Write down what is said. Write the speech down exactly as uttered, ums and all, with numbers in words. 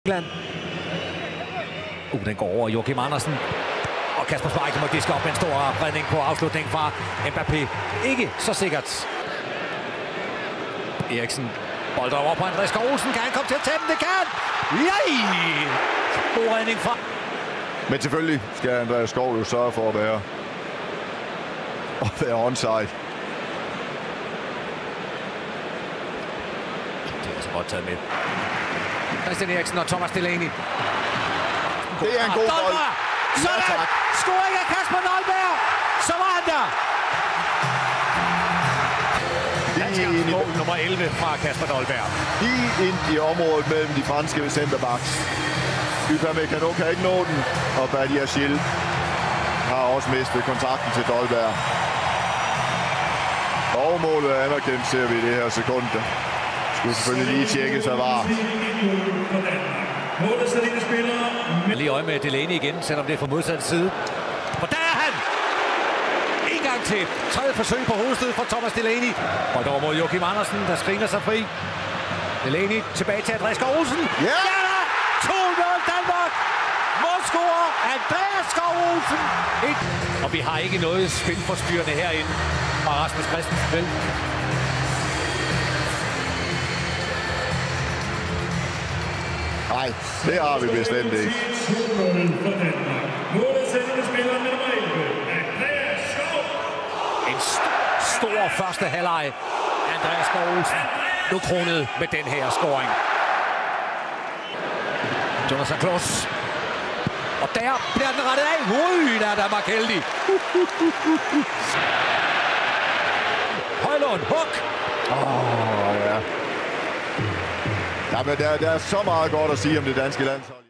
Uh, den går over Joachim Andersen. Og Kasper Schmeichel må diske op med en stor redning på afslutning fra Mbappé. Ikke så sikkert. Eriksen bolder over på Andreas Skov Olsen. Kan han komme til at tage den? Det kan han! Yay! God redning fra. Men selvfølgelig skal Andreas Skov jo sørge for at være, at være onside. Det er så godt taget med. Christian Eriksen og Thomas Delaney. Det er en god bold. Sådan! Ja, scoring af Kasper Dolberg! Så var han der! Dansk mål nummer elleve fra Kasper Dolberg. Lige ind i området mellem de franske centerbacks. Upamecano kan ikke nå den, og Badiashile har også mistet kontakten til Dolberg. Og målet er anerkendt, ser vi i det her sekund. Skulle selvfølgelig lige tjekke sig var. Lige øje med Delaney igen, selvom det er fra modsatte side. Og der er han! En gang til. Tredje forsøg på hovedstød fra Thomas Delaney. Og over mod Joachim Andersen, der skriner sig fri. Delaney tilbage til Andreas Skov Olsen. Ja! Ja! to nul Danmark! Målscorer Andreas Skov Olsen. Og vi har ikke noget spilforstyrrende herinde fra Rasmus Christensen. Nej, det har vi bestemt ikke. En st stor første halvleg. Andreas Skov Olsen nu kronet med den her scoring. Jonathan Kloss. Og der bliver den rettet af. Ui, der er Danmark heldig. Højlund, huk. Åh, oh, ja. Ja, men der, der er så meget godt at sige om det danske landshold.